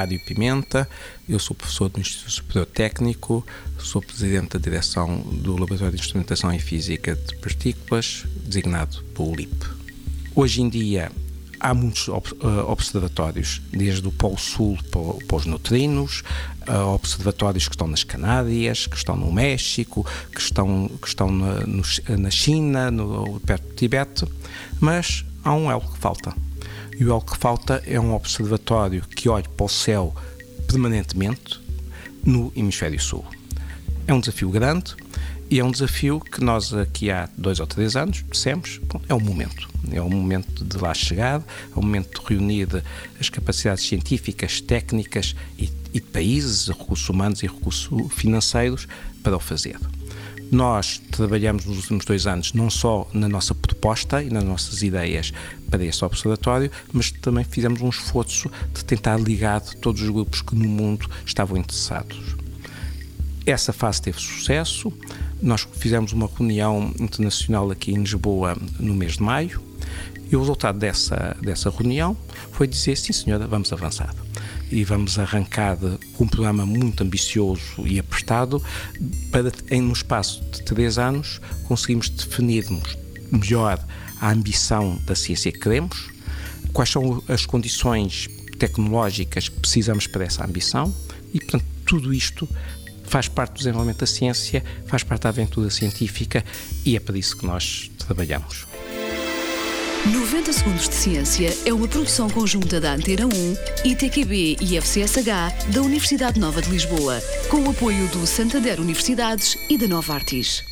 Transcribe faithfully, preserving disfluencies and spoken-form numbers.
Mário Pimenta, eu sou professor do Instituto Superior Técnico, sou presidente da direção do Laboratório de Instrumentação em Física de Partículas, designado pelo L I P. Hoje em dia há muitos observatórios, desde o Polo Sul para os neutrinos, observatórios que estão nas Canárias, que estão no México, que estão, que estão na, no, na China, no, perto do Tibete, mas há um elo que falta. E o elo que falta é um observatório que olhe para o céu permanentemente no Hemisfério Sul. É um desafio grande e é um desafio que nós aqui há dois ou três anos dissemos, bom, é o momento. É o momento de lá chegar, é o momento de reunir as capacidades científicas, técnicas e, e de países, recursos humanos e recursos financeiros para o fazer. Nós trabalhamos nos últimos dois anos não só na nossa proposta e nas nossas ideias para este observatório, mas também fizemos um esforço de tentar ligar todos os grupos que no mundo estavam interessados. Essa fase teve sucesso. Nós fizemos uma reunião internacional aqui em Lisboa no mês de maio e o resultado dessa, dessa reunião foi dizer, sim senhora, vamos avançar. E vamos arrancar com um programa muito ambicioso e apertado para, em um espaço de três anos, conseguirmos definirmos melhor a ambição da ciência que queremos, quais são as condições tecnológicas que precisamos para essa ambição e, portanto, tudo isto faz parte do desenvolvimento da ciência, faz parte da aventura científica e é para isso que nós trabalhamos. noventa Segundos de Ciência é uma produção conjunta da Antena um, I T Q B e F C S H da Universidade Nova de Lisboa, com o apoio do Santander Universidades e da Nova Artis.